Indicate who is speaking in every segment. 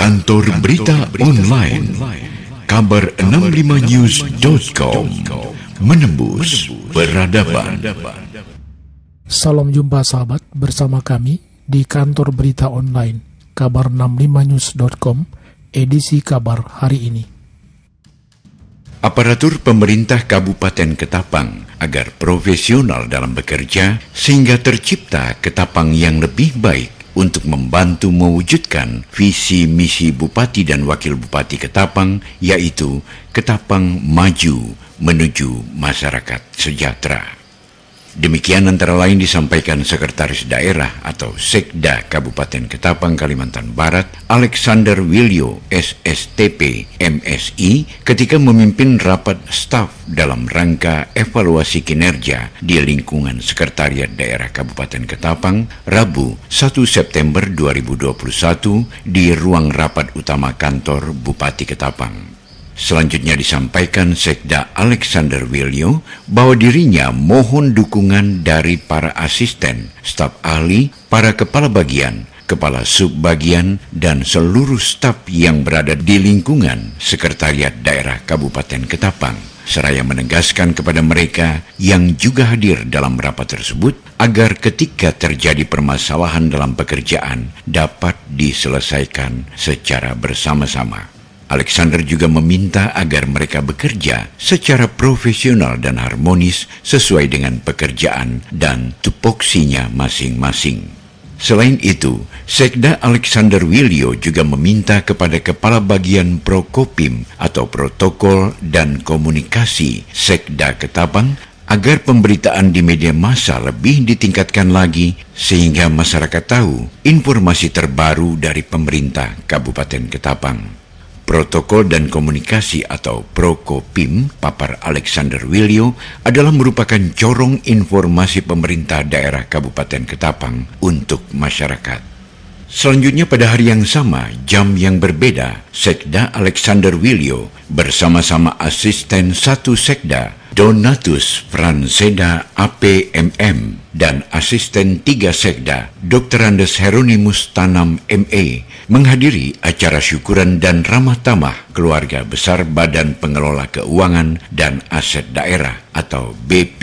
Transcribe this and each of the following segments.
Speaker 1: Kantor Berita Online Kabar 65news.com menembus peradaban.
Speaker 2: Salam jumpa sahabat bersama kami di Kantor Berita Online Kabar 65news.com edisi kabar hari ini.
Speaker 1: Aparatur pemerintah Kabupaten Ketapang agar profesional dalam bekerja sehingga tercipta Ketapang yang lebih baik untuk membantu mewujudkan visi misi Bupati dan Wakil Bupati Ketapang, yaitu Ketapang Maju Menuju Masyarakat Sejahtera. Demikian antara lain disampaikan Sekretaris Daerah atau Sekda Kabupaten Ketapang, Kalimantan Barat, Alexander Wilio, SSTP, MSI, ketika memimpin rapat staf dalam rangka evaluasi kinerja di lingkungan Sekretariat Daerah Kabupaten Ketapang, Rabu 1 September 2021 di ruang rapat utama kantor Bupati Ketapang. Selanjutnya disampaikan Sekda Alexander Wilio bahwa dirinya mohon dukungan dari para asisten, staf ahli, para kepala bagian, kepala subbagian, dan seluruh staf yang berada di lingkungan Sekretariat Daerah Kabupaten Ketapang, seraya menegaskan kepada mereka yang juga hadir dalam rapat tersebut agar ketika terjadi permasalahan dalam pekerjaan dapat diselesaikan secara bersama-sama. Alexander juga meminta agar mereka bekerja secara profesional dan harmonis sesuai dengan pekerjaan dan tupoksinya masing-masing. Selain itu, Sekda Alexander Wilio juga meminta kepada Kepala Bagian Prokopim atau Protokol dan Komunikasi Sekda Ketapang agar pemberitaan di media massa lebih ditingkatkan lagi sehingga masyarakat tahu informasi terbaru dari pemerintah Kabupaten Ketapang. Protokol dan Komunikasi atau Prokopim, papar Alexander Wilio, adalah merupakan corong informasi pemerintah daerah Kabupaten Ketapang untuk masyarakat. Selanjutnya pada hari yang sama, jam yang berbeda, Sekda Alexander Wilio bersama-sama asisten satu Sekda, Donatus Franseda APMM, dan asisten 3 Sekda, Dr. Andes Heronimus Tanam ME, menghadiri acara syukuran dan ramah tamah keluarga besar Badan Pengelola Keuangan dan Aset Daerah atau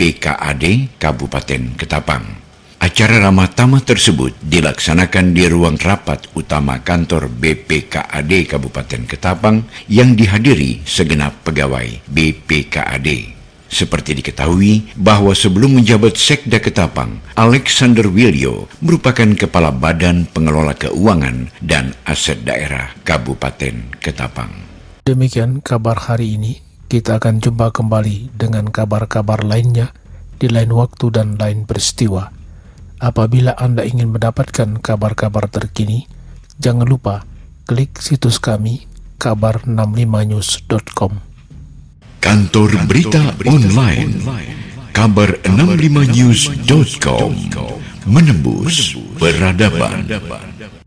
Speaker 1: BPKAD Kabupaten Ketapang. Acara ramah tamah tersebut dilaksanakan di ruang rapat utama kantor BPKAD Kabupaten Ketapang yang dihadiri segenap pegawai BPKAD. Seperti diketahui bahwa sebelum menjabat Sekda Ketapang, Alexander Wilio merupakan Kepala Badan Pengelola Keuangan dan Aset Daerah Kabupaten Ketapang.
Speaker 2: Demikian kabar hari ini. Kita akan jumpa kembali dengan kabar-kabar lainnya di lain waktu dan lain peristiwa. Apabila Anda ingin mendapatkan kabar-kabar terkini, jangan lupa klik situs kami kabar65news.com.
Speaker 1: Kantor Berita Online Kabar 65news.com menembus peradaban.